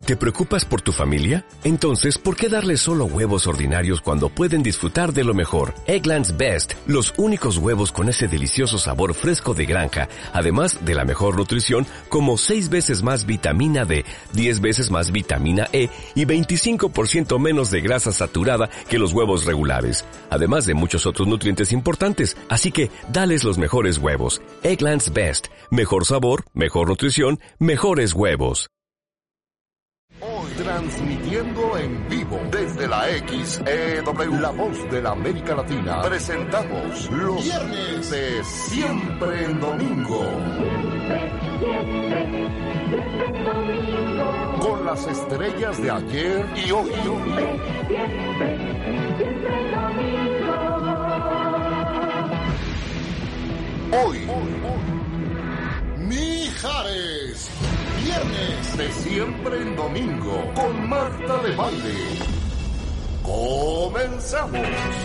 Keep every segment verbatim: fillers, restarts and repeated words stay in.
¿Te preocupas por tu familia? Entonces, ¿por qué darles solo huevos ordinarios cuando pueden disfrutar de lo mejor? Eggland's Best, los únicos huevos con ese delicioso sabor fresco de granja, además de la mejor nutrición, como seis veces más vitamina D, diez veces más vitamina E y veinticinco por ciento menos de grasa saturada que los huevos regulares, además de muchos otros nutrientes importantes. Así que, dales los mejores huevos. Eggland's Best, mejor sabor, mejor nutrición, mejores huevos. Transmitiendo en vivo desde la X E W, la voz de la América Latina, presentamos los viernes de Siempre en Domingo. Con las estrellas de ayer y hoy. Hoy, Mijares. Viernes de Siempre en Domingo con Marta de Baile. Comenzamos.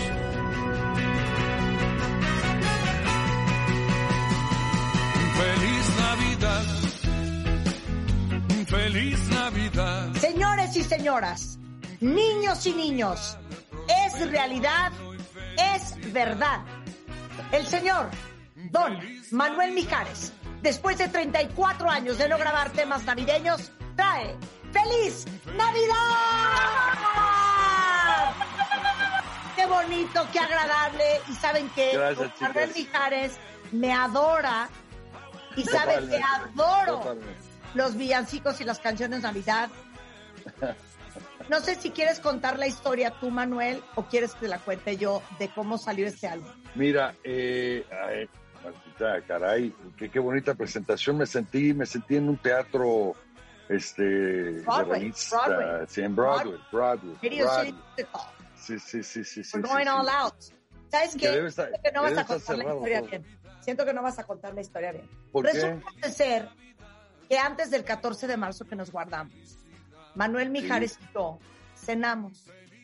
Feliz Navidad. Feliz Navidad. Señores y señoras, niños y niños, es realidad, es verdad. El señor Don Manuel Mijares, después de treinta y cuatro años de no grabar temas navideños, trae ¡Feliz Navidad! ¡Qué bonito, qué agradable! Y ¿saben qué? Gracias, Manuel chicas. Mijares me adora y sabe que adoro Totalmente. los villancicos y las canciones de Navidad. No sé si quieres contar la historia tú, Manuel, o quieres que la cuente yo de cómo salió este álbum. Mira, eh, ay, Martita, caray, qué, qué bonita presentación. Me sentí, me sentí en un teatro, este, Broadway, de revista, Broadway. sí, en Broadway, Broadway, Radio Broadway. City Musical. Sí, sí, sí, sí, sí. We're sí, going sí. all out. ¿Sabes Que qué? debe estar- Siento que no vas debe a estar contar la cerrado historia todo. bien. Siento que no vas a contar la historia bien. ¿Por qué? Resulta ser que antes del catorce de marzo que nos guardamos, Manuel Mijares y yo cenamos.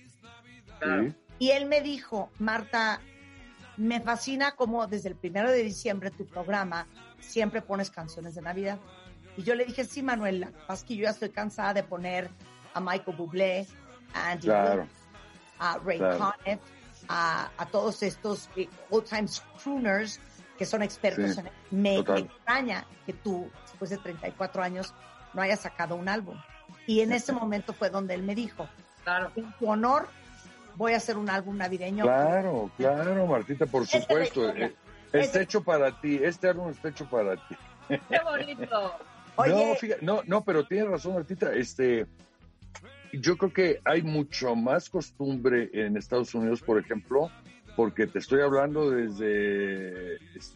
Sí. Y él me dijo, Marta, me fascina cómo desde el primero de diciembre tu programa siempre pones canciones de Navidad. Y yo le dije, sí, Manuel, la verdad es que yo ya estoy cansada de poner a Michael Bublé, a Andy Claro. Williams, a Ray Claro. Conniff, a, a todos estos eh, old-time crooners que son expertos Sí, en... Me, me total. extraña que tú, después de treinta y cuatro años, no hayas sacado un álbum. Y en ese momento fue donde él me dijo, Claro. en tu honor, voy a hacer un álbum navideño. Claro, claro, Martita, por Esa es la supuesto. historia. eh, Está Esa- hecho para ti, este álbum está hecho para ti. Qué bonito. Oye, No, fíjate, no, no, pero tienes razón, Martita. Este, yo creo que hay mucho más costumbre en Estados Unidos, por ejemplo, porque te estoy hablando desde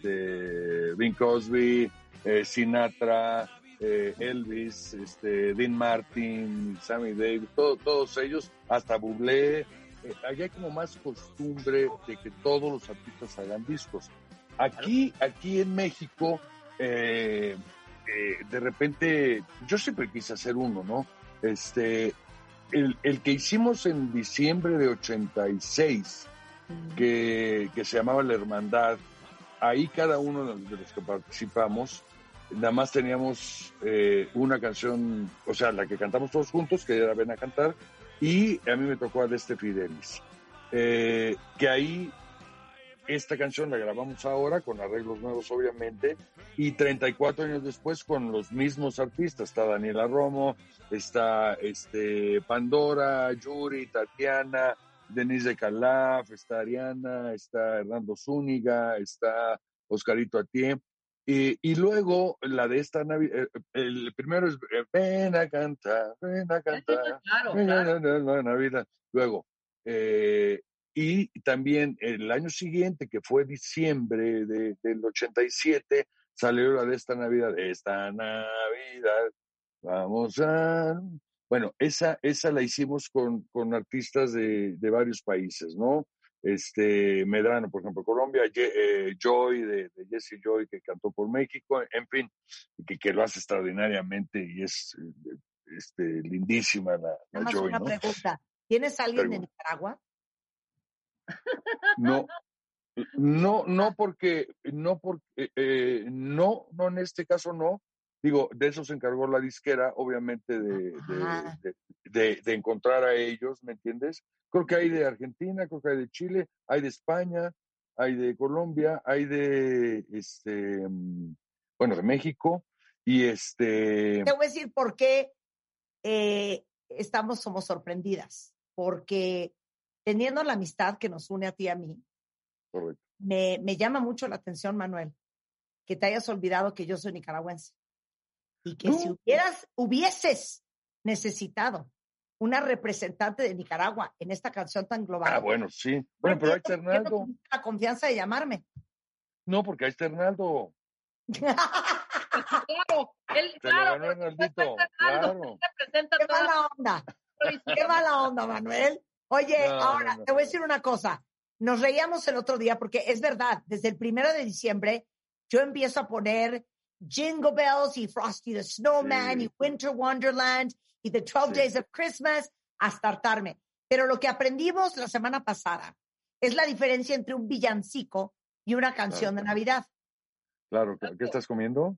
este, Bing Crosby, eh, Sinatra, eh, Elvis, este, Dean Martin, Sammy Davis, todo- todos ellos, hasta Bublé. Eh, allá hay como más costumbre de que todos los artistas hagan discos. Aquí, aquí en México, eh, eh, de repente, yo siempre quise hacer uno, ¿no? Este, el, el que hicimos en diciembre de ochenta y seis, que, que se llamaba La Hermandad, ahí cada uno de los, de los que participamos, nada más teníamos eh, una canción, o sea, la que cantamos todos juntos, que era Ven a Cantar, y a mí me tocó a Este Fidelis. Eh, que ahí esta canción la grabamos ahora con arreglos nuevos, obviamente, y treinta y cuatro años después con los mismos artistas. Está Daniela Romo, está este Pandora, Yuri, Tatiana, Denise de Calaf, está Ariana, está Hernando Zúñiga, está Oscarito Atié. Y, y luego la de esta Navidad, el primero es eh, Ven a cantar, ven a cantar, Claro, ven a claro. cantar la Navidad. Luego, eh, y también el año siguiente, que fue diciembre de, del ochenta y siete, salió la de esta Navidad, esta Navidad, vamos a... Bueno, esa, esa la hicimos con, con artistas de, de varios países, ¿no? Este, Medrano, por ejemplo, Colombia, Ye- eh, Joy, de, de Jesse Joy, que cantó por México, en fin, que, que lo hace extraordinariamente y es eh, este, lindísima la, nada la más Joy, una ¿no? pregunta. ¿Tienes a alguien de Pregunta. Nicaragua? No, no, no porque, no porque, eh, eh, no, no en este caso no, digo, de eso se encargó la disquera, obviamente, de, de, de, de, de encontrar a ellos, ¿me entiendes? Creo que hay de Argentina, creo que hay de Chile, hay de España, hay de Colombia, hay de, este, bueno, de México, y este... Te voy a decir por qué eh, estamos, somos sorprendidas, porque teniendo la amistad que nos une a ti y a mí, correcto. Me, me llama mucho la atención, Manuel, que te hayas olvidado que yo soy nicaragüense y que no. si hubieras, hubieses necesitado una representante de Nicaragua en esta canción tan global. Ah, bueno, sí. Bueno, pero ahí está Hernaldo. ¿No tuviste la confianza de llamarme? No, porque ahí está Hernaldo. Claro, él, claro. Hernaldito, claro. Qué mala onda. Qué mala onda, Manuel. Oye, no, ahora no, no. te voy a decir una cosa. Nos reíamos el otro día porque es verdad, desde el primero de diciembre yo empiezo a poner Jingle Bells y Frosty the Snowman sí. y Winter Wonderland y The twelve sí. Days of Christmas hasta hartarme. Pero lo que aprendimos la semana pasada es la diferencia entre un villancico y una canción claro. de Navidad. Claro, ¿qué estás comiendo?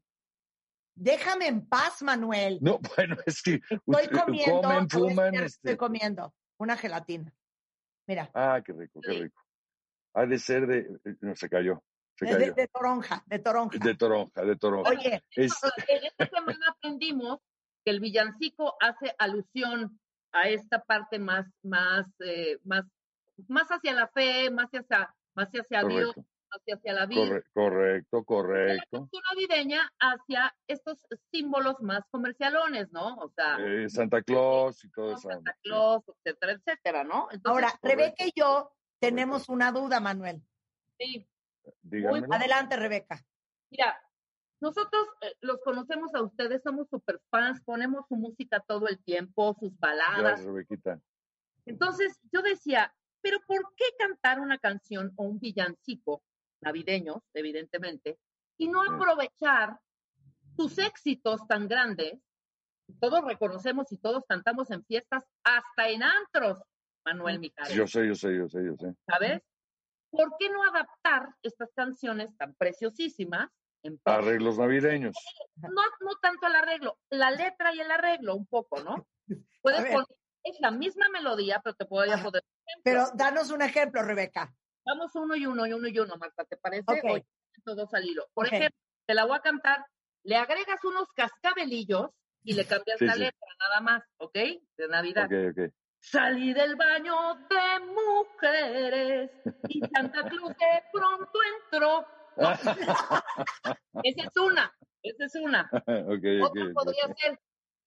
Déjame en paz, Manuel. No, bueno, es que estoy comiendo, comen, fuman, este... estoy comiendo una gelatina. Mira. Ah, qué rico, qué rico. Ha de ser de, no, se cayó, se de, cayó. De, de toronja, de toronja. De toronja, de toronja. Oye, es... en esta semana aprendimos que el villancico hace alusión a esta parte más, más, eh, más, más hacia la fe, más hacia, más hacia Dios, más hacia la vida. Corre, correcto, correcto. La cultura navideña hacia estos símbolos más comercialones, ¿no? O sea, eh, Santa Claus y todo eso. Santa Claus, etcétera, etcétera, ¿no? Entonces, ahora, correcto. Rebeca y yo tenemos correcto. una duda, Manuel. Sí. Muy, adelante, Rebeca. Mira, nosotros eh, los conocemos a ustedes, somos super fans, ponemos su música todo el tiempo, sus baladas. Gracias, Rebequita. Entonces, yo decía, pero ¿por qué cantar una canción o un villancico navideños, evidentemente, y no aprovechar tus éxitos tan grandes? Todos reconocemos y todos cantamos en fiestas, hasta en antros, Manuel Mijares. Yo sé, yo sé, yo sé, yo sé. ¿Sabes? ¿Por qué no adaptar estas canciones tan preciosísimas en arreglos navideños? No, no tanto el arreglo, la letra y el arreglo un poco, ¿no? Puedes poner, es la misma melodía, pero te voy a poder... Pero danos un ejemplo, Rebeca. Vamos uno y uno y uno y uno, Marta, ¿te parece? Okay. Oye, todos al hilo. Por okay. ejemplo, te la voy a cantar, le agregas unos cascabelillos y le cambias sí, la sí. letra, nada más, ¿ok? De Navidad. Ok, ok. Salí del baño de mujeres y Santa Claus de pronto entró. ¿No? Esa es una, esa es una. Okay, Otra okay, podría okay. ser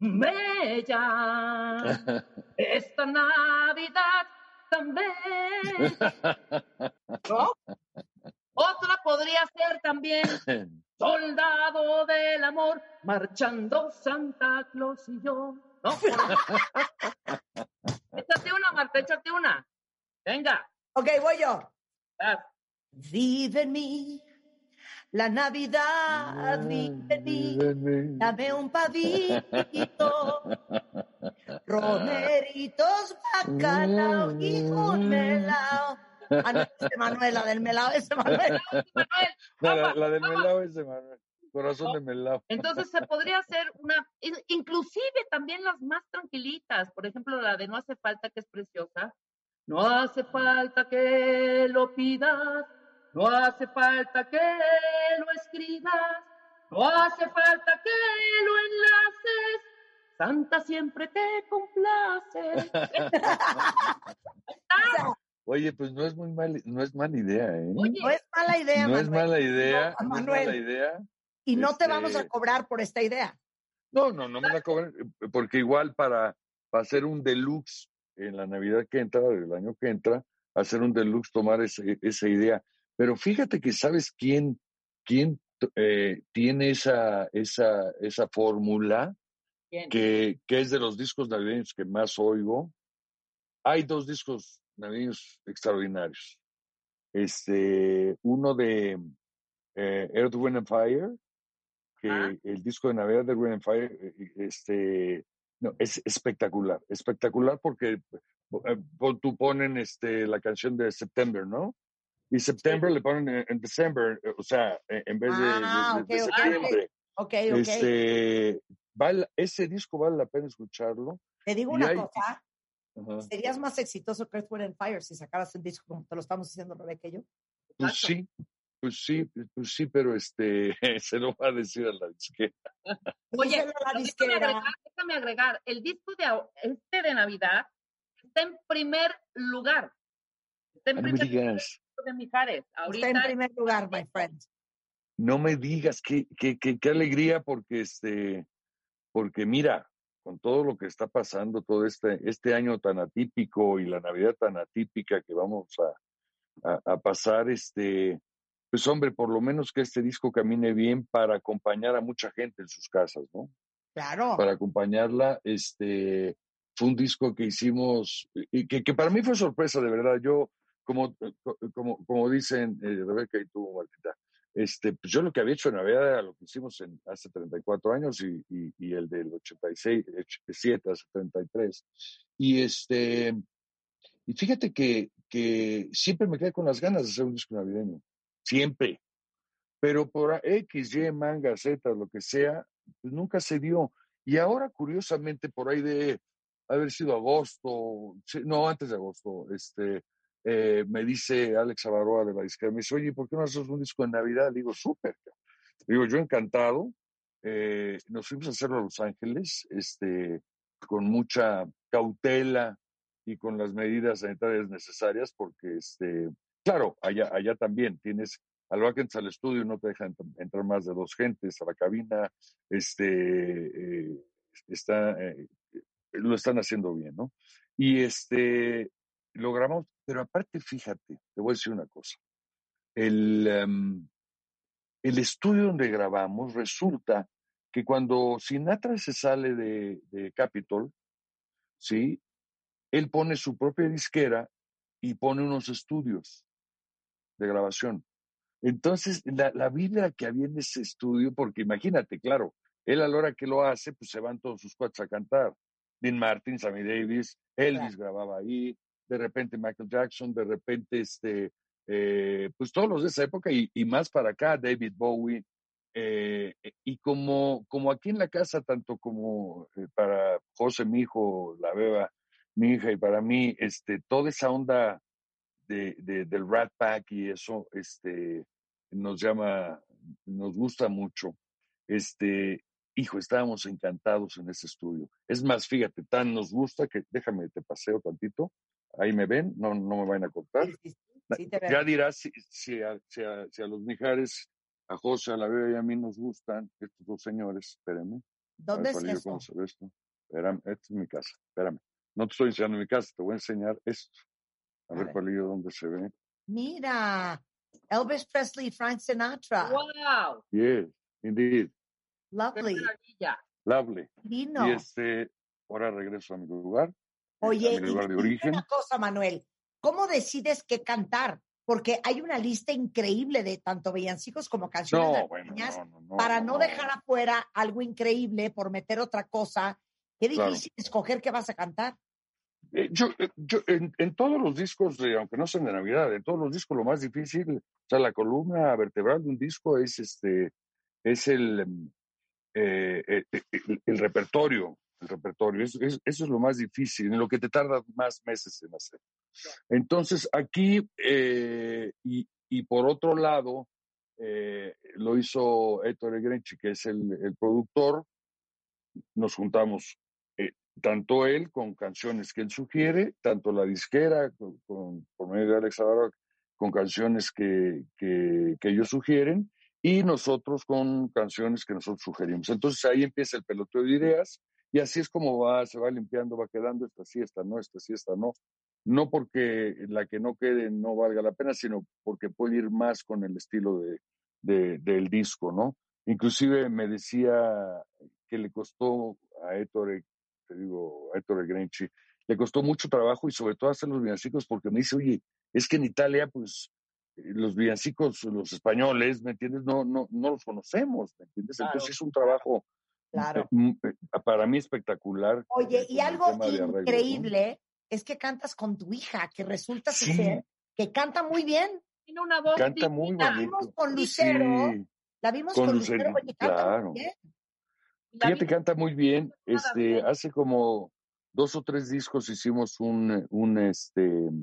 Bella, esta Navidad también. ¿No? Otra podría ser también Soldado del Amor, marchando Santa Claus y yo. ¿No? Échate una, Marta, échate una. Venga. Ok, voy yo. Vas. Vive en mí la Navidad, vive en mí, dame un pavito, romeritos, bacalao y un melao. Ah, no, es de Manuela, del melao, es de Manuel. No, la, la del melao es de Manuel. Corazón de melao. Entonces se podría hacer una, inclusive también las más tranquilitas, por ejemplo la de No hace falta, que es preciosa. No hace falta que lo pidas, no hace falta que lo escribas, no hace falta que lo enlaces, Santa siempre te complace. Oye, pues no es muy mal, no es mala idea, ¿eh? Oye, no es mala idea, no Manuel. Es mala idea, no, no Manuel. es mala idea. Y no este... te vamos a cobrar por esta idea. No, no, no me la cobran, porque igual para, para hacer un deluxe en la Navidad que entra, del año que entra, hacer un deluxe, tomar ese, esa idea. Pero fíjate que sabes quién, quién eh, tiene esa, esa, esa fórmula que, que es de los discos navideños que más oigo. Hay dos discos navideños extraordinarios. Este, uno de eh, Earth, Wind and Fire, que ¿Ah? el disco de Navidad de Wind and Fire, este, no, es espectacular, espectacular porque eh, tú ponen este, la canción de September, ¿no? Y September sí. le ponen en, en December, o sea, en vez de, ah, de, de, okay, de septiembre. Ok, ok. Este, vale, ese disco vale la pena escucharlo. Te digo Y una hay- cosa, Ajá. serías más exitoso que Earth, Wind and Fire si sacaras un disco como te lo estamos diciendo Rebeca y yo. Pues sí, pues sí, pues sí, pero este, se lo va a decir a la disquera. Oye, Díselo a la déjame disquera. agregar, déjame agregar, el disco de au- este de Navidad está en primer lugar. Está en Ah, no me primer lugar digas, de Mijares. Está Ahorita en primer lugar, my friend. no me digas, qué, qué, qué, qué alegría, porque este, porque mira, con todo lo que está pasando, todo este, este año tan atípico y la Navidad tan atípica que vamos a, a, a pasar, este, pues hombre, por lo menos que este disco camine bien para acompañar a mucha gente en sus casas, ¿no? Claro. Para acompañarla, este, fue un disco que hicimos, y que, que para mí fue sorpresa, de verdad. Yo, como, como, como dicen eh, Rebeca y tú, Martita, este, pues yo lo que había hecho en Navidad era lo que hicimos en, hace treinta y cuatro años y, y, y el del ochenta y seis, ochenta y siete, hace treinta y tres. Y este, y fíjate que, que siempre me quedé con las ganas de hacer un disco navideño. Siempre. Pero por X, Y, manga, Z, lo que sea, pues nunca se dio. Y ahora, curiosamente, por ahí de haber sido agosto, sí, no, antes de agosto, este, eh, me dice Alex Avaroa de la disquera, me dice, oye, ¿por qué no haces un disco de Navidad? Digo, súper. Digo, yo encantado. Eh, nos fuimos a hacerlo a Los Ángeles, este, con mucha cautela y con las medidas sanitarias necesarias, porque, este, claro, allá, allá también tienes, al que entras al estudio no te dejan entrar más de dos gentes a la cabina, este, eh, está, eh, lo están haciendo bien, ¿no? Y este, lo grabamos, pero aparte, fíjate, te voy a decir una cosa, el... Um, el estudio donde grabamos, resulta que cuando Sinatra se sale de, de Capitol, ¿sí? Él pone su propia disquera y pone unos estudios de grabación. Entonces, la, la vibra que había en ese estudio, porque imagínate, claro, él a la hora que lo hace, pues se van todos sus cuates a cantar. Dean Martin, Sammy Davis, Elvis claro. grababa ahí, de repente Michael Jackson, de repente este, eh, pues todos los de esa época y, y más para acá, David Bowie. Eh, y como, como aquí en la casa, tanto como eh, para José, mi hijo, la Beba, mi hija, y para mí, este, toda esa onda de, de, del Rat Pack y eso, este, nos llama, nos gusta mucho. Este, hijo, estábamos encantados en ese estudio. Es más, fíjate, tan nos gusta que, déjame, te paseo tantito, ahí me ven, no, no me van a cortar. Sí, sí, sí, te ya dirás si, si, a, si, a, si a los Mijares, a José, a la Beba y a mí nos gustan estos dos señores, espérenme. ¿Dónde es eso? ¿Cómo se ve esto? Espérame, esta es mi casa, espérame. No te estoy enseñando mi casa, te voy a enseñar esto. A, a ver, ver. Palillo, ¿dónde se ve? Mira, Elvis Presley, Frank Sinatra. Wow. Yes, indeed. Lovely. Lovely. Divino. Y este, ahora regreso a mi lugar. Oye, a mi lugar y, de origen. Una cosa, Manuel, ¿cómo decides qué cantar? Porque hay una lista increíble de tanto villancicos como canciones no, navideñas bueno, no, no, para no, no dejar afuera algo increíble por meter otra cosa. Qué difícil claro. escoger qué vas a cantar. Eh, yo, yo en, en todos los discos, de, aunque no sean de Navidad, en todos los discos lo más difícil, o sea, la columna vertebral de un disco es este, es el, eh, el, el, el repertorio, el repertorio, es, es, eso es lo más difícil, en lo que te tarda más meses en hacer. Entonces, aquí, eh, y, y por otro lado, eh, lo hizo Ettore Grenchi, que es el, el productor, nos juntamos, eh, tanto él con canciones que él sugiere, tanto la disquera, con, con, por medio de Alex Avaroa, con canciones que, que, que ellos sugieren, y nosotros con canciones que nosotros sugerimos. Entonces ahí empieza el peloteo de ideas, y así es como va, se va limpiando, va quedando, esta sí, esta no, esta sí, esta no. No porque la que no quede no valga la pena, sino porque puede ir más con el estilo de, de, del disco, ¿no? Inclusive me decía que le costó a Ettore, te digo, a Ettore Grenchi, le costó mucho trabajo y sobre todo hacer los villancicos porque me dice, oye, es que en Italia, pues, los villancicos, los españoles, ¿me entiendes? No, no, no los conocemos, ¿me entiendes? Claro, Entonces es un trabajo claro. eh, para mí espectacular. Oye, y algo increíble arreglo, ¿no? es que cantas con tu hija, que resulta sí. ser que canta muy bien. Tiene una voz Canta divina. muy bonito. Con Lucero, sí. La vimos Con con, Lucero, Lucero, oye, canta claro. muy bien. Fíjate, canta muy bien. Este, hace como dos o tres discos hicimos un, un este,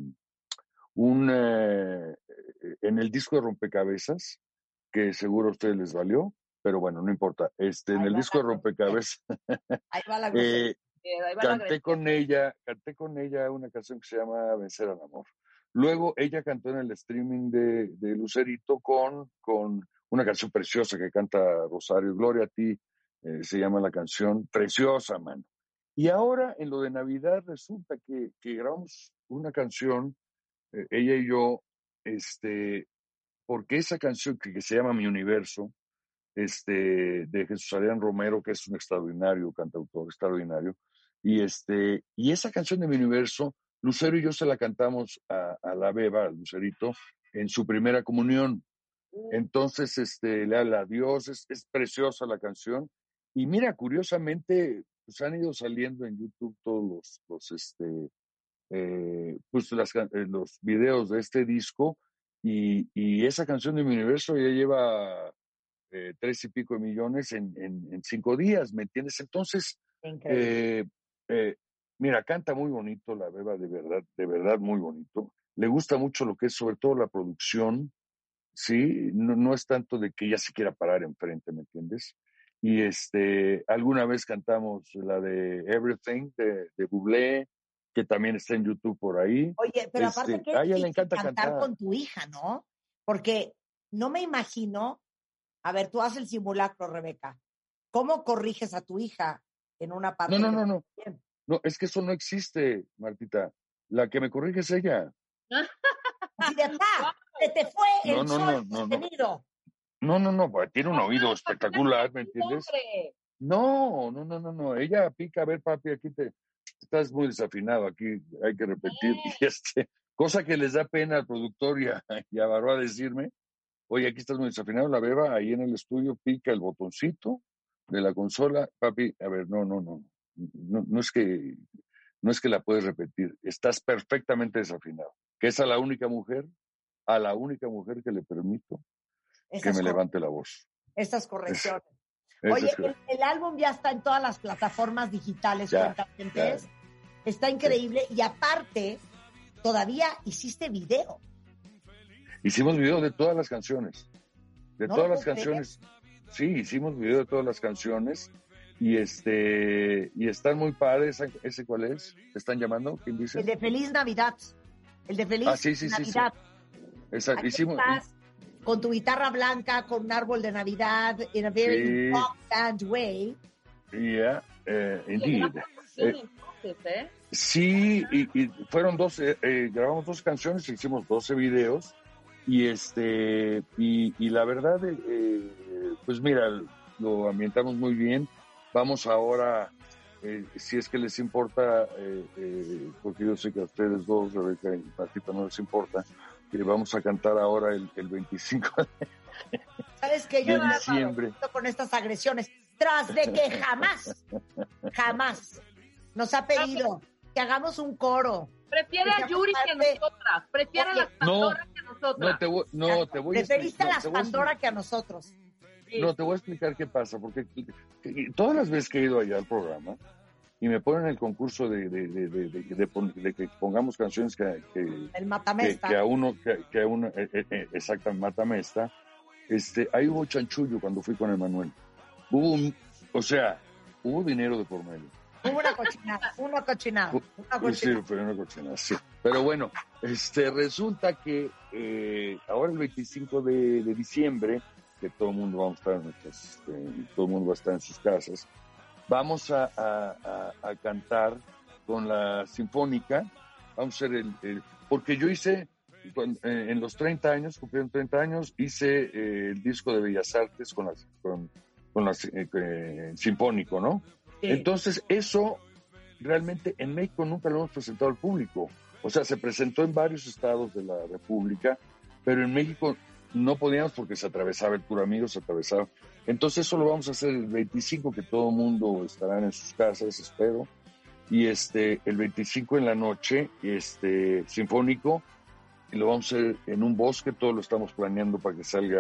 un, eh, en el disco de Rompecabezas, que seguro a ustedes les valió, pero bueno, no importa. Este, en Ahí el va disco la de Rompecabezas, Ahí va la grosería. eh, Ahí va la canté grosería. con ella, canté con ella una canción que se llama Vencer al Amor. Luego ella cantó en el streaming de, de Lucerito con, con una canción preciosa que canta Rosario, Gloria a ti, eh, se llama la canción, preciosa, mano. Y ahora en lo de Navidad resulta que, que grabamos una canción, eh, ella y yo, este, porque esa canción que, que se llama Mi Universo, este, de Jesús Adrián Romero, que es un extraordinario cantautor, extraordinario, y, este, y esa canción de Mi Universo, Lucero y yo se la cantamos a, a la Beba, al Lucerito, en su primera comunión. Entonces, este, le habla a Dios, es, es preciosa la canción. Y mira, curiosamente, pues han ido saliendo en YouTube todos los, los, este, eh, pues las, eh, los videos de este disco, y, y esa canción de Mi Universo ya lleva eh, tres y pico de millones en, en, en cinco días, ¿me entiendes? Entonces, eh, eh, mira, canta muy bonito la Beba, de verdad, de verdad muy bonito. Le gusta mucho lo que es sobre todo la producción, ¿sí? No, no es tanto de que ella se quiera parar enfrente, ¿me entiendes? Y este, alguna vez cantamos la de Everything de, de Bublé, que también está en YouTube por ahí. Oye, pero este, aparte, qué a ella le difícil encanta cantar, cantar con tu hija, ¿no? Porque no me imagino, a ver, tú haces el simulacro, Rebeca. ¿Cómo corriges a tu hija en una parte? No, no, que no, no. bien? No, es que eso no existe, Martita. La que me corrige es ella. Así de acá, se te fue No, el no, sol no, no, no. sostenido. No, no, no, pues, tiene un oído espectacular, ¿me entiendes? No, no, no, no, no. Ella pica, a ver, papi, aquí te estás muy desafinado, aquí hay que repetir. Y este, cosa que les da pena al productor y a, y a Barba decirme, oye, aquí estás muy desafinado, la Beba ahí en el estudio pica el botoncito de la consola, papi, a ver, no, no, no, no, no es que, no es que la puedes repetir, estás perfectamente desafinado, que es a la única mujer, a la única mujer que le permito que me levante la voz. Estas correcciones. Es, Oye, es el, el álbum ya está en todas las plataformas digitales, ya, cuentavientes. ya. Está increíble. Sí. Y aparte, todavía hiciste video. Hicimos video de todas las canciones. De ¿No todas lo las puedo canciones. Creer? Sí, hicimos video de todas las canciones. Y este y están muy padres. ¿Ese cuál es? ¿Te están llamando? ¿Quién dice? El de Feliz Navidad. El de Feliz ah, sí, sí, Navidad. Sí, sí. Esa, hicimos, estás con tu guitarra blanca, con un árbol de Navidad, in a very sí. rock band way. Yeah, uh, indeed. Eh, ¿eh? Sí, y, y fueron dos, eh, eh, grabamos dos canciones, hicimos doce videos, y este, y, y la verdad, eh, pues mira, lo ambientamos muy bien. Vamos ahora, eh, si es que les importa, eh, eh, porque yo sé que a ustedes dos, Rebeca y Martita, no les importa, que vamos a cantar ahora el, el veinticinco de, ¿Sabes qué? Yo de diciembre. Con estas agresiones, tras de que jamás, jamás nos ha pedido que hagamos un coro. Prefiere a Yuri que a nosotras. Prefiere Oye, a las Pandora no, que a nosotras. No, te voy, no, te voy a explicar. Preferiste a las no, Pandora que a nosotros. Sí. No, te voy a explicar qué pasa, porque todas las veces que he ido allá al programa y me ponen el concurso de, de, de, de, de, de, de que pongamos canciones que, que, el Matamesta. que, que a uno, que, que a uno, eh, eh, exacto, Matamesta, este, ahí hubo chanchullo cuando fui con Emanuel. Hubo un, o sea, hubo dinero de por medio. Hubo una cochinada, una cochinada. Una cochinada. Sí, pero una cochinada, sí. Pero bueno, este, resulta que eh, ahora el veinticinco de, de diciembre, que todo el mundo vamos a estar en nuestras, este, todo el mundo va a estar en sus casas, vamos a, a, a, a cantar con la Sinfónica, vamos a hacer el, el porque yo hice, cuando, eh, en los treinta años, cumplieron treinta años, hice eh, el disco de Bellas Artes con las, con, con las, eh, eh, Sinfónico, ¿no? Sí. Entonces, eso realmente en México nunca lo hemos presentado al público. O sea, se presentó en varios estados de la República, pero en México no podíamos porque se atravesaba el Tour Amigos, se atravesaba. Entonces, eso lo vamos a hacer el veinticinco, que todo el mundo estará en sus casas, espero. Y este, el veinticinco en la noche, este, Sinfónico, y lo vamos a hacer en un bosque, todo lo estamos planeando para que salga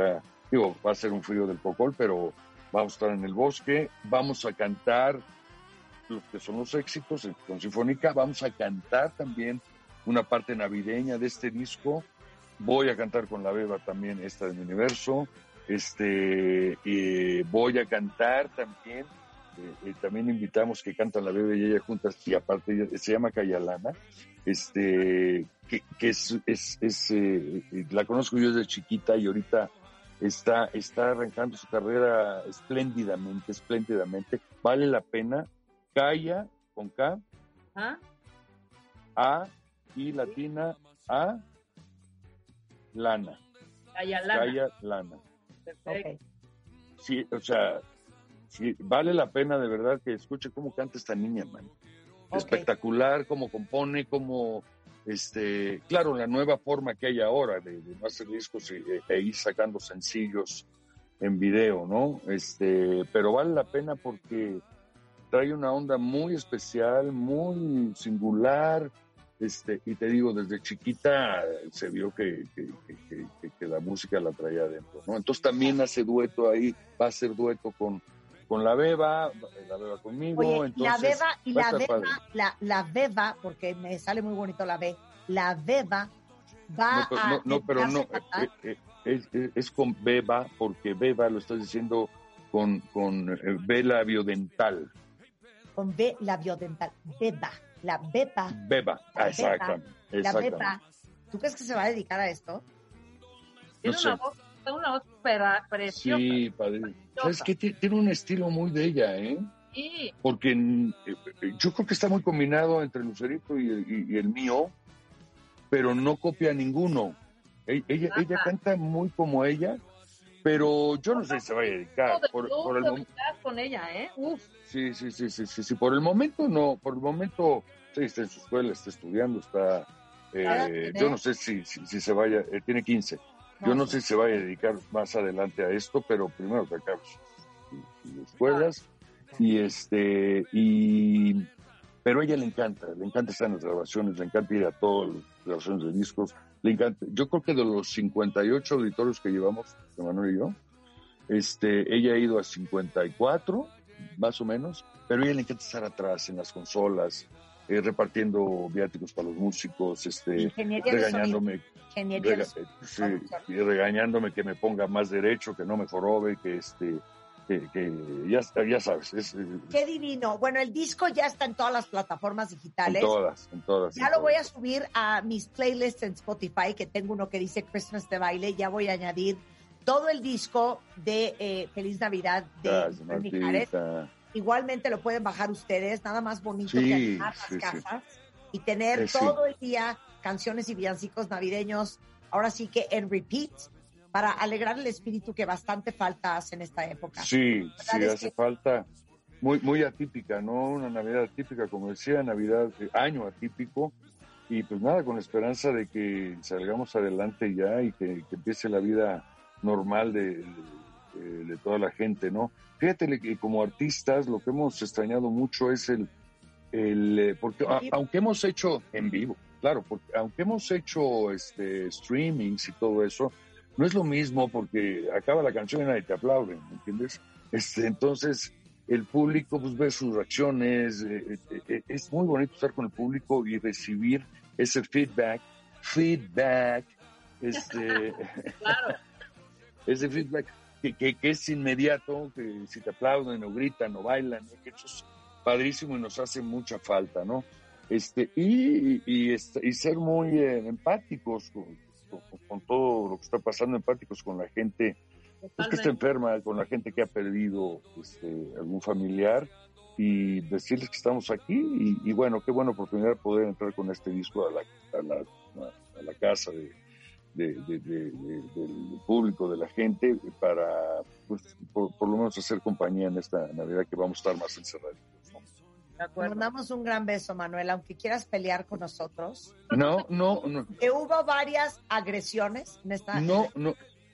Digo, va a ser un frío del cocol, pero vamos a estar en el bosque, vamos a cantar los que son los éxitos con Sinfónica, vamos a cantar también una parte navideña de este disco, voy a cantar con la Beba también esta de Mi Universo, este, eh, voy a cantar también, eh, eh, también invitamos que cantan la Beba y ella juntas, y aparte ella, se llama Cayalana, este, que, que es, es, es eh, la conozco yo desde chiquita y ahorita está, está arrancando su carrera espléndidamente, espléndidamente, vale la pena. Calla, con K, ¿Ah? A, I latina, A, Lana. Calla Lana. Calla, Lana. Perfecto. Ok. Sí, o sea, sí, vale la pena de verdad que escuche cómo canta esta niña, man. Ok. Espectacular, cómo compone, cómo, este, claro, la nueva forma que hay ahora de, de no hacer discos e, e ir sacando sencillos en video, ¿no? Este, pero vale la pena porque trae una onda muy especial, muy singular, este, y te digo, desde chiquita se vio que, que, que, que, que la música la traía adentro, ¿no? Entonces también hace dueto ahí, va a hacer dueto con, con la Beba, la Beba conmigo. Oye, entonces, la Beba, y va a la estar Beba, padre. la, la Beba, porque me sale muy bonito la B, la Beba va No, pero a no, no, pero no, dedicarse a eh, eh, es, es, es con Beba, porque Beba lo estás diciendo con, con eh, Vela Biodental. con B labiodental, Beba, la Beba, Beba, La exactamente. la exactamente. Beba. ¿Tú crees que se va a dedicar a esto? Tiene No sé. una voz, tiene una voz pera- preciosa. Sí, padre. ¿Sabes qué? Tiene un estilo muy de ella, ¿eh? Sí. Porque eh, yo creo que está muy combinado entre Lucerito y, y, y el mío, pero no copia a ninguno. Ella, ella, ella canta muy como ella, pero yo no sé si se va a dedicar. De Por, blues, por el de mom- jazz con ella, ¿eh? Uf. sí, sí, sí, sí, sí, sí. Por el momento no. Por el momento sí, está en su escuela, está estudiando, está. Eh, yo no sé si, si, si se vaya. Eh, tiene quince. Yo no sé si se vaya a dedicar más adelante a esto, pero primero que acabe sus, sus escuelas. Y este, y, pero a ella le encanta, le encanta estar en las grabaciones, le encanta ir a todas las grabaciones de discos, le encanta. Yo creo que de los cincuenta y ocho auditorios que llevamos, Manuel y yo, este, ella ha ido a cincuenta y cuatro, más o menos, pero a ella le encanta estar atrás en las consolas, eh, repartiendo viáticos para los músicos, este, Ingeniería de regañándome. Ingeniería de Rega- sonido. sí, y regañándome que me ponga más derecho, que no me jorobe, que este, que, que ya, ya sabes, es, eh, Qué divino. Bueno, el disco ya está en todas las plataformas en digitales. todas, en todas. Ya en lo voy a todas. subir a mis playlists en Spotify, que tengo uno que dice Christmas de baile. Ya voy a añadir todo el disco de eh, Feliz Navidad de Gracias, Manuel Mijares. Martita. Igualmente lo pueden bajar ustedes, nada más bonito Sí, que animar las sí, sí. casas y tener Eh, sí. todo el día canciones y villancicos navideños, ahora sí que en repeat, para alegrar el espíritu que bastante falta hace en esta época. Sí, verdad sí, es hace que- falta. Muy, muy atípica, ¿no? Una Navidad atípica, como decía, Navidad, eh, año atípico. Y pues nada, con la esperanza de que salgamos adelante ya y que, que empiece la vida normal de, de, de toda la gente, ¿no? Fíjate que como artistas lo que hemos extrañado mucho es el, el eh, porque a- aunque hemos hecho en vivo, claro, porque aunque hemos hecho este streamings y todo eso, no es lo mismo porque acaba la canción y nadie te aplaude, ¿me entiendes? Este, entonces el público pues ve sus reacciones, eh, eh, eh, es muy bonito estar con el público y recibir ese feedback, feedback, este, Claro. ese feedback que, que, que es inmediato, que si te aplauden o gritan o bailan, ¿no? Que eso es padrísimo y nos hace mucha falta, ¿no? Este, y, y, este, y ser muy eh, empáticos con, con, con todo lo que está pasando, empáticos con la gente pues, que está enferma, con la gente que ha perdido este, algún familiar, y decirles que estamos aquí, y, y bueno, qué buena oportunidad de poder entrar con este disco a la, a la, a la casa de, de, de, de, de, del público, de la gente, para pues, por, por lo menos hacer compañía en esta Navidad que vamos a estar más encerraditos, ¿no? De Te acuerdo. mandamos un gran beso, Manuel, aunque quieras pelear con nosotros. No, no, no, Que hubo varias agresiones en esta... no, no.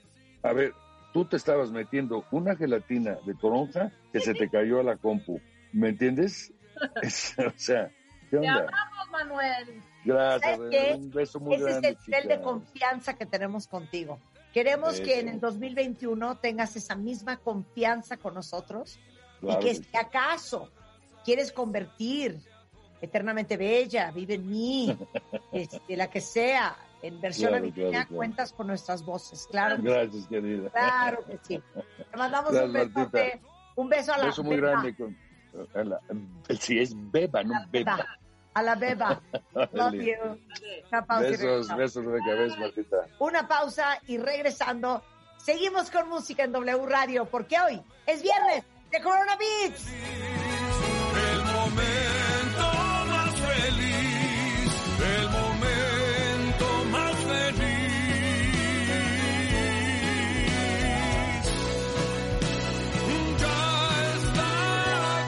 A ver, tú te estabas metiendo una gelatina de toronja que se te cayó a la compu. ¿Me entiendes? Es, o sea, ¿qué Te onda? amamos, Manuel. Gracias, ¿Sabes qué? un beso muy Ese grande. es el nivel de chicas. confianza que tenemos contigo. Queremos Eso. que en el dos mil veintiuno tengas esa misma confianza con nosotros Claro y que que si sí. acaso quieres convertir Eternamente Bella, Vive en mí, este, la que sea, en versión Claro, navideña, claro, claro. cuentas con nuestras voces. Claro, que sí, Gracias, querida. claro que sí. Te mandamos Gracias, un besote, Martita. un beso a la Beso muy beba, grande. Con, a la, si es beba, no beba. beba, a la beba. Love Dale. you. Una pausa y Besos, regresamos. besos de cabeza, Martita. Una pausa y regresando, seguimos con música en W Radio, porque hoy es viernes de Corona Beats. El momento más feliz, el momento más feliz. Ya está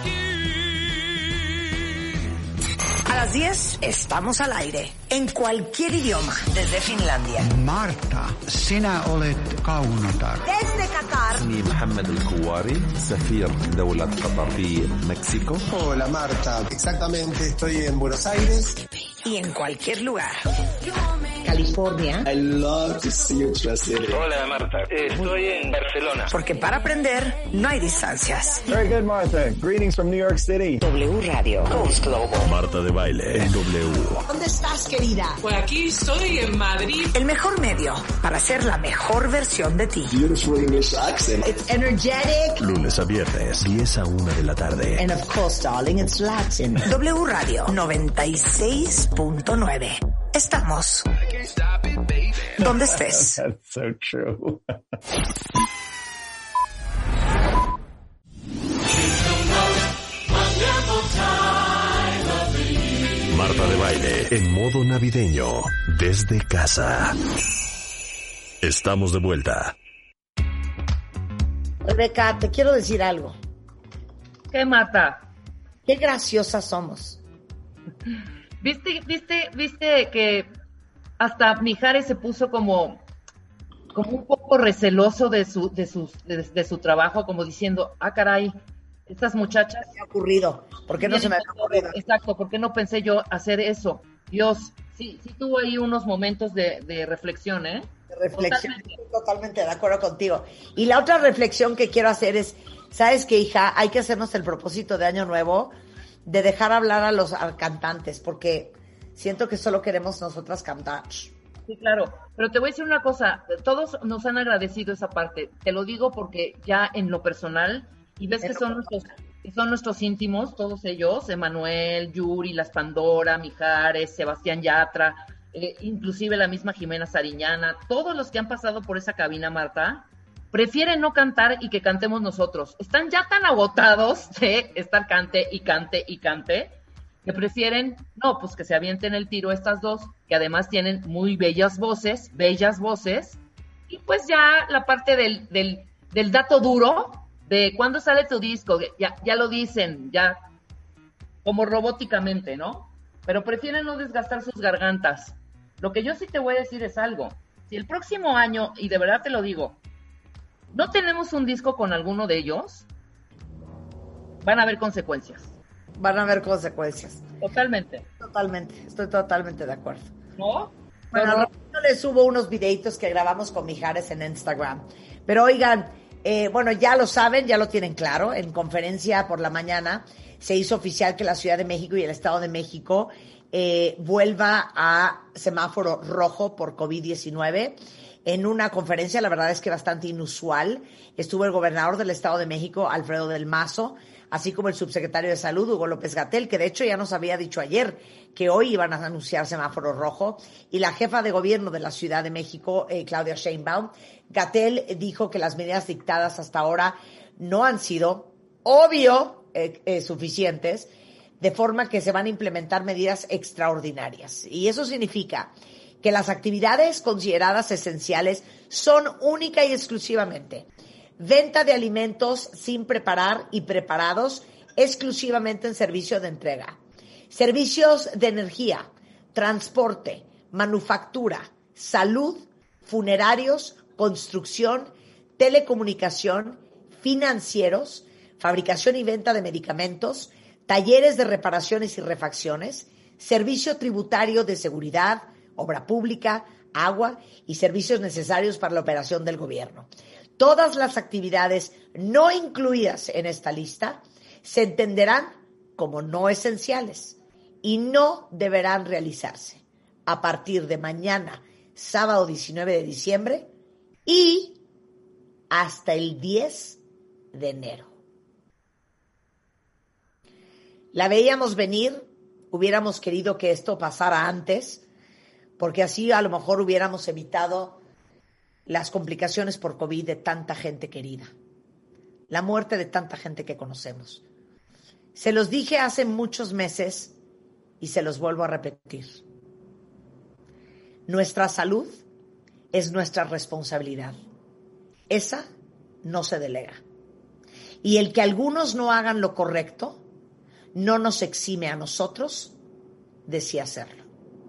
aquí. A las diez estamos al aire, en cualquier idioma, desde Finlandia, Marta, sinä olet kaunotar. desde Qatar, اسمي محمد الكواري سفير دولة قطر في مكسيكو. Hola Marta, exactamente, estoy en Buenos Aires. y en cualquier lugar. California, I love to see you city. Hola Marta, estoy en Barcelona. porque para aprender no hay distancias. Very good Martha, greetings from New York City. W Radio, Coast Global. Marta de Baile en W. ¿Dónde estás, querida? Pues aquí estoy en Madrid. El mejor medio para ser la mejor versión de ti. Beautiful English accent. It's energetic. Lunes a viernes, diez a una de la tarde. And of course, darling, it's Latin. W Radio noventa y seis punto nueve. Estamos donde estés. That's so true. Marta de Baile en modo navideño desde casa. Estamos de vuelta. Rebeca, te quiero decir algo. ¿Qué mata? Qué graciosas somos. ¿Viste, viste, viste que hasta Mijares se puso como, como un poco receloso de su, de sus, de, de su trabajo, como diciendo, ah, caray, estas muchachas. Me ha ocurrido. ¿Por qué no se me ha ocurrido? Exacto, ¿por qué no pensé yo hacer eso? Dios, sí, sí tuvo ahí unos momentos de, de reflexión, ¿eh? De reflexión. Totalmente. Estoy totalmente de acuerdo contigo. Y la otra reflexión que quiero hacer es, ¿sabes qué, hija? Hay que hacernos el propósito de Año Nuevo de dejar hablar a los a cantantes, porque siento que solo queremos nosotras cantar. Sí, claro, pero te voy a decir una cosa, todos nos han agradecido esa parte, te lo digo porque ya en lo personal, y ves que son nuestros, que son nuestros íntimos, todos ellos, Emanuel, Yuri, Las Pandora, Mijares, Sebastián Yatra, eh, inclusive la misma Jimena Sariñana, todos los que han pasado por esa cabina, Marta, prefieren no cantar y que cantemos nosotros. Están ya tan agotados de estar cante y cante y cante, que prefieren, no, pues que se avienten el tiro estas dos, que además tienen muy bellas voces, bellas voces, y pues ya la parte del, del, del dato duro, de cuándo sale tu disco, ya, ya lo dicen, ya como robóticamente, ¿no? Pero prefieren no desgastar sus gargantas. Lo que yo sí te voy a decir es algo, si el próximo año, y de verdad te lo digo, no tenemos un disco con alguno de ellos, van a haber consecuencias. Van a haber consecuencias. Totalmente. Totalmente, estoy totalmente de acuerdo. ¿No? Bueno, al ratito les subo unos videitos que grabamos con Mijares en Instagram. Pero oigan, eh, bueno, ya lo saben, ya lo tienen claro. En conferencia por la mañana se hizo oficial que la Ciudad de México y el Estado de México eh, vuelva a semáforo rojo por COVID diecinueve. En una conferencia, la verdad es que bastante inusual, estuvo el gobernador del Estado de México, Alfredo del Mazo, así como el subsecretario de Salud, Hugo López-Gatell, que de hecho ya nos había dicho ayer que hoy iban a anunciar semáforo rojo, y la jefa de gobierno de la Ciudad de México, eh, Claudia Sheinbaum. Gatell dijo que las medidas dictadas hasta ahora no han sido, obvio, eh, eh, suficientes, de forma que se van a implementar medidas extraordinarias. Y eso significa que las actividades consideradas esenciales son única y exclusivamente venta de alimentos sin preparar y preparados exclusivamente en servicio de entrega, servicios de energía, transporte, manufactura, salud, funerarios, construcción, telecomunicación, financieros, fabricación y venta de medicamentos, talleres de reparaciones y refacciones, servicio tributario de seguridad, obra pública, agua y servicios necesarios para la operación del gobierno. Todas las actividades no incluidas en esta lista se entenderán como no esenciales y no deberán realizarse a partir de mañana, sábado diecinueve de diciembre, y hasta el diez de enero. La veíamos venir, hubiéramos querido que esto pasara antes, porque así a lo mejor hubiéramos evitado las complicaciones por COVID de tanta gente querida, la muerte de tanta gente que conocemos. Se los dije hace muchos meses y se los vuelvo a repetir. Nuestra salud es nuestra responsabilidad. Esa no se delega. Y el que algunos no hagan lo correcto no nos exime a nosotros de sí hacerlo.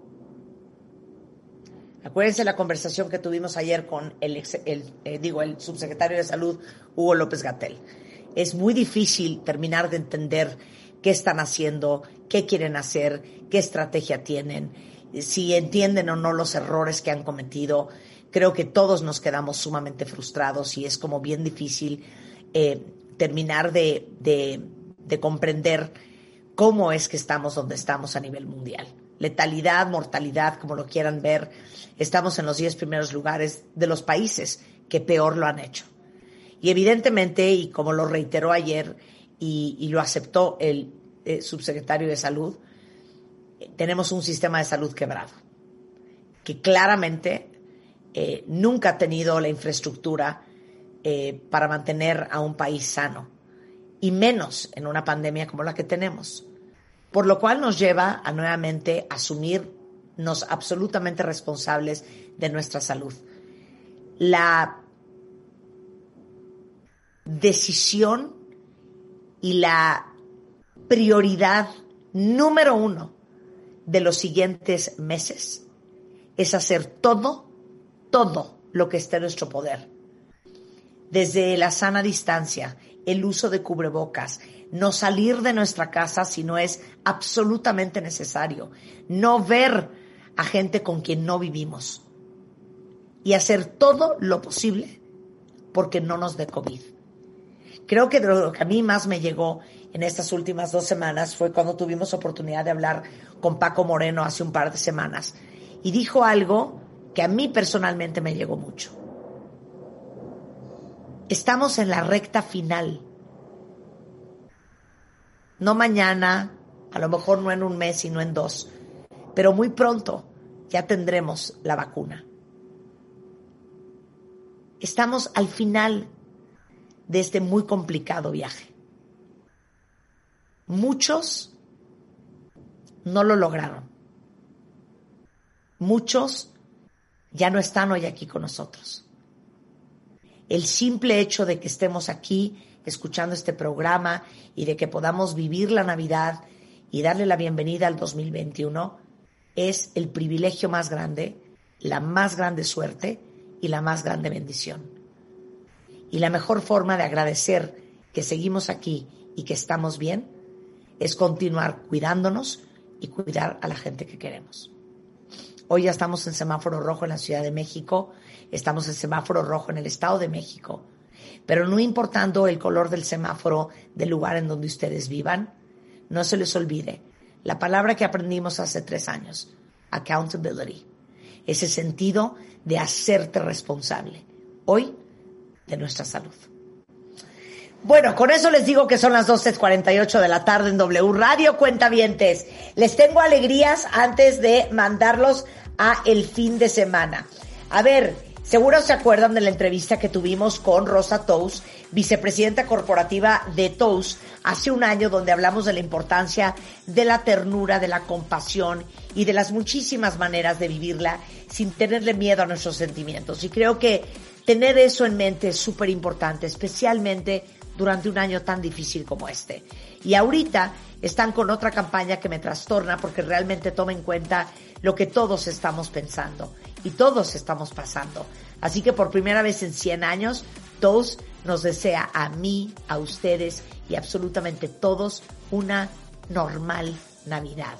Acuérdense la conversación que tuvimos ayer con el, ex, el, eh, digo, el subsecretario de Salud, Hugo López-Gatell. Es muy difícil terminar de entender qué están haciendo, qué quieren hacer, qué estrategia tienen, si entienden o no los errores que han cometido. Creo que todos nos quedamos sumamente frustrados y es como bien difícil eh, terminar de, de, de comprender cómo es que estamos donde estamos a nivel mundial. Letalidad, mortalidad, como lo quieran ver, estamos en los diez primeros lugares de los países que peor lo han hecho. Y evidentemente, y como lo reiteró ayer y, y lo aceptó el eh, subsecretario de Salud, eh, tenemos un sistema de salud quebrado, que claramente eh, nunca ha tenido la infraestructura eh, para mantener a un país sano, y menos en una pandemia como la que tenemos. Por lo cual nos lleva a nuevamente asumirnos absolutamente responsables de nuestra salud. La decisión y la prioridad número uno de los siguientes meses es hacer todo, todo lo que esté en nuestro poder. Desde la sana distancia, el uso de cubrebocas, no salir de nuestra casa si no es absolutamente necesario, no ver a gente con quien no vivimos y hacer todo lo posible porque no nos dé COVID. Creo que de lo que a mí más me llegó en estas últimas dos semanas fue cuando tuvimos oportunidad de hablar con Paco Moreno hace un par de semanas y dijo algo que a mí personalmente me llegó mucho. Estamos en la recta final. No mañana, a lo mejor no en un mes y no en dos, pero muy pronto ya tendremos la vacuna. Estamos al final de este muy complicado viaje. Muchos no lo lograron. Muchos ya no están hoy aquí con nosotros. El simple hecho de que estemos aquí escuchando este programa y de que podamos vivir la Navidad y darle la bienvenida al dos mil veintiuno es el privilegio más grande, la más grande suerte y la más grande bendición. Y la mejor forma de agradecer que seguimos aquí y que estamos bien es continuar cuidándonos y cuidar a la gente que queremos. Hoy ya estamos en semáforo rojo en la Ciudad de México, estamos en semáforo rojo en el Estado de México, pero no importando el color del semáforo del lugar en donde ustedes vivan, no se les olvide la palabra que aprendimos hace tres años, accountability, ese sentido de hacerte responsable, hoy, de nuestra salud. Bueno, con eso les digo que son las doce cuarenta y ocho de la tarde en W Radio, cuentavientes. Les tengo alegrías antes de mandarlos a el fin de semana. A ver, seguro se acuerdan de la entrevista que tuvimos con Rosa Tous, vicepresidenta corporativa de Tous, hace un año, donde hablamos de la importancia de la ternura, de la compasión y de las muchísimas maneras de vivirla sin tenerle miedo a nuestros sentimientos. Y creo que tener eso en mente es súper importante, especialmente durante un año tan difícil como este. Y ahorita están con otra campaña que me trastorna porque realmente toma en cuenta lo que todos estamos pensando y todos estamos pasando. Así que por primera vez en cien años, Tous nos desea a mí, a ustedes y absolutamente todos una normal Navidad.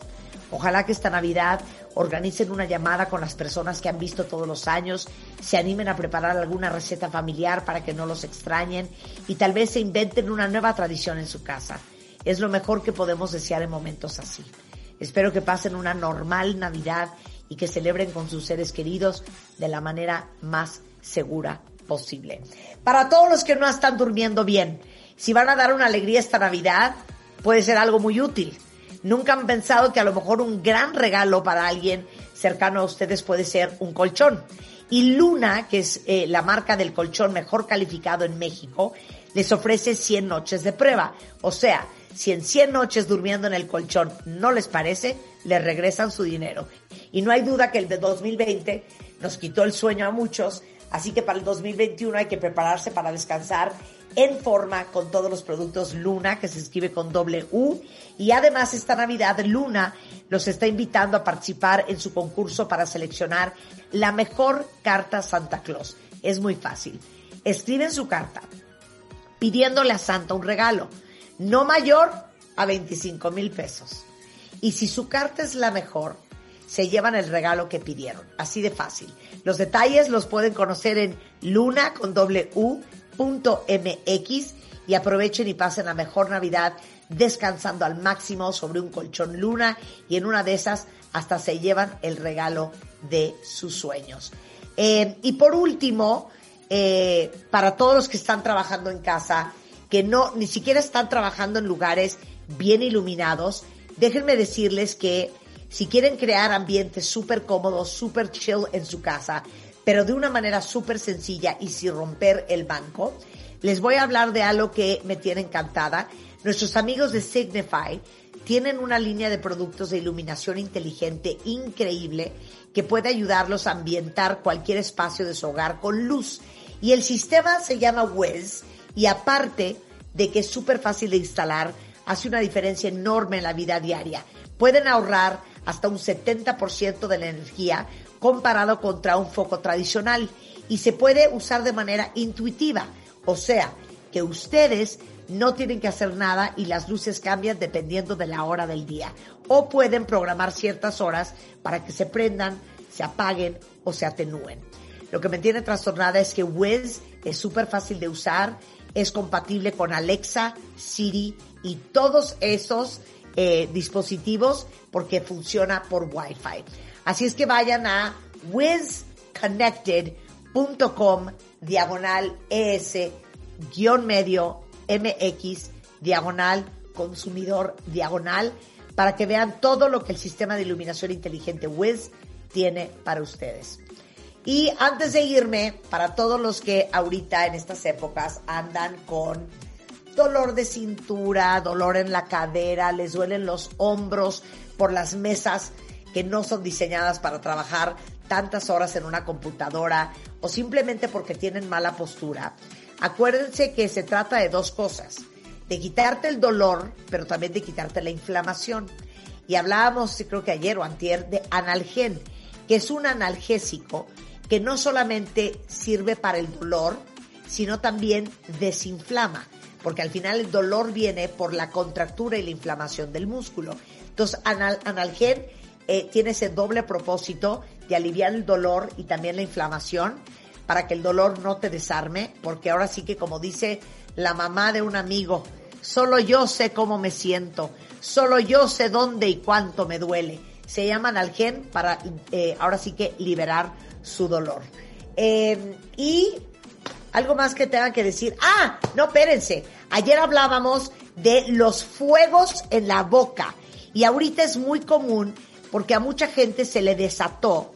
Ojalá que esta Navidad organicen una llamada con las personas que han visto todos los años, se animen a preparar alguna receta familiar para que no los extrañen y tal vez se inventen una nueva tradición en su casa. Es lo mejor que podemos desear en momentos así. Espero que pasen una normal Navidad y que celebren con sus seres queridos de la manera más segura posible. Para todos los que no están durmiendo bien, si van a dar una alegría esta Navidad, puede ser algo muy útil. Nunca han pensado que a lo mejor un gran regalo para alguien cercano a ustedes puede ser un colchón. Y Luna, que es eh, la marca del colchón mejor calificado en México, les ofrece cien noches de prueba. O sea, si en cien noches durmiendo en el colchón no les parece, les regresan su dinero. Y no hay duda que el de dos mil veinte nos quitó el sueño a muchos, así que para el dos mil veintiuno hay que prepararse para descansar en forma con todos los productos Luna, que se escribe con doble U. Y además esta Navidad Luna los está invitando a participar en su concurso para seleccionar la mejor carta Santa Claus. Es muy fácil. Escriben su carta pidiéndole a Santa un regalo, no mayor a veinticinco mil pesos. Y si su carta es la mejor, se llevan el regalo que pidieron. Así de fácil. Los detalles los pueden conocer en luna con doble u punto mx y aprovechen y pasen la mejor Navidad descansando al máximo sobre un colchón Luna y en una de esas hasta se llevan el regalo de sus sueños. Eh, y por último, eh, para todos los que están trabajando en casa, que no ni siquiera están trabajando en lugares bien iluminados, déjenme decirles que si quieren crear ambientes súper cómodos, súper chill en su casa, pero de una manera súper sencilla y sin romper el banco, les voy a hablar de algo que me tiene encantada. Nuestros amigos de Signify tienen una línea de productos de iluminación inteligente increíble que puede ayudarlos a ambientar cualquier espacio de su hogar con luz. Y el sistema se llama Wiz y aparte de que es súper fácil de instalar, hace una diferencia enorme en la vida diaria. Pueden ahorrar hasta un setenta por ciento de la energía comparado contra un foco tradicional y se puede usar de manera intuitiva, o sea, que ustedes no tienen que hacer nada y las luces cambian dependiendo de la hora del día, o pueden programar ciertas horas para que se prendan, se apaguen o se atenúen. Lo que me tiene trastornada es que Wiz es súper fácil de usar, es compatible con Alexa, Siri y todos esos eh, dispositivos porque funciona por Wi-Fi. Así es que vayan a wizconnected.com diagonal es guión medio mx diagonal consumidor diagonal para que vean todo lo que el sistema de iluminación inteligente Wiz tiene para ustedes. Y antes de irme, para todos los que ahorita en estas épocas andan con dolor de cintura, dolor en la cadera, les duelen los hombros por las mesas que no son diseñadas para trabajar tantas horas en una computadora o simplemente porque tienen mala postura, acuérdense que se trata de dos cosas, de quitarte el dolor, pero también de quitarte la inflamación. Y hablábamos, creo que ayer o antier, de Analgen, que es un analgésico que no solamente sirve para el dolor, sino también desinflama, porque al final el dolor viene por la contractura y la inflamación del músculo. Entonces, anal, Analgen eh, tiene ese doble propósito de aliviar el dolor y también la inflamación, para que el dolor no te desarme, porque ahora sí que, como dice la mamá de un amigo, solo yo sé cómo me siento, solo yo sé dónde y cuánto me duele. Se llama Analgen para eh, ahora sí que liberar su dolor. Eh, y algo más que tengan que decir. Ah, no, espérense. Ayer hablábamos de los fuegos en la boca y ahorita es muy común porque a mucha gente se le desató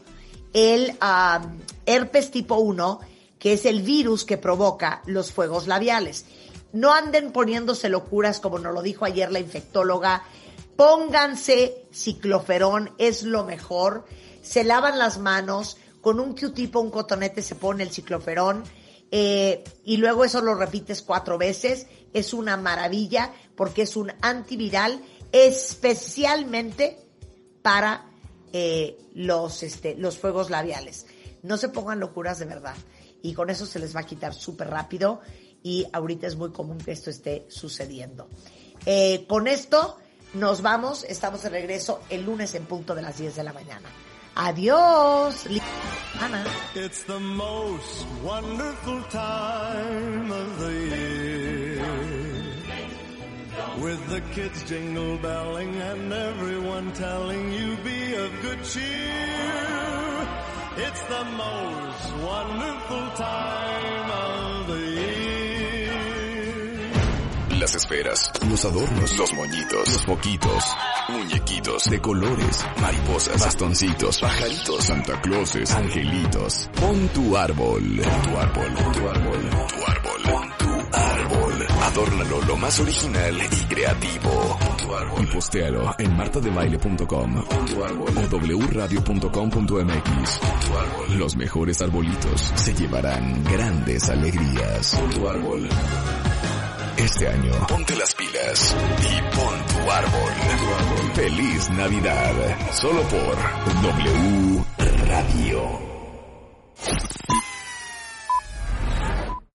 el um, herpes tipo uno, que es el virus que provoca los fuegos labiales. No anden poniéndose locuras como nos lo dijo ayer la infectóloga. Pónganse cicloferón, es lo mejor. Se lavan las manos, con un Q-tip o un cotonete se pone el cicloferón eh, y luego eso lo repites cuatro veces. Es una maravilla porque es un antiviral especialmente para eh, los, este, los fuegos labiales. No se pongan locuras de verdad y con eso se les va a quitar súper rápido y ahorita es muy común que esto esté sucediendo. Eh, con esto Nos vamos, estamos de regreso el lunes en punto de las diez de la mañana. Adiós. Ana. It's the most wonderful time of the year, with the kids jingle belling and everyone telling you be of good cheer. It's the most wonderful time of the year. Las esferas, los adornos, los moñitos, los foquitos, muñequitos de colores, mariposas, bastoncitos, pajaritos, Santa Clauses, angelitos. Pon tu árbol, pon tu árbol, pon tu árbol, pon tu árbol, pon tu árbol. Adórnalo lo más original y creativo. Pon tu árbol. Y postéalo en marta de baile punto com o w radio punto com punto m x. Pon tu árbol. Los mejores arbolitos se llevarán grandes alegrías. Pon tu árbol. Este año, ponte las pilas y pon tu árbol. ¡Feliz Navidad! Solo por W Radio.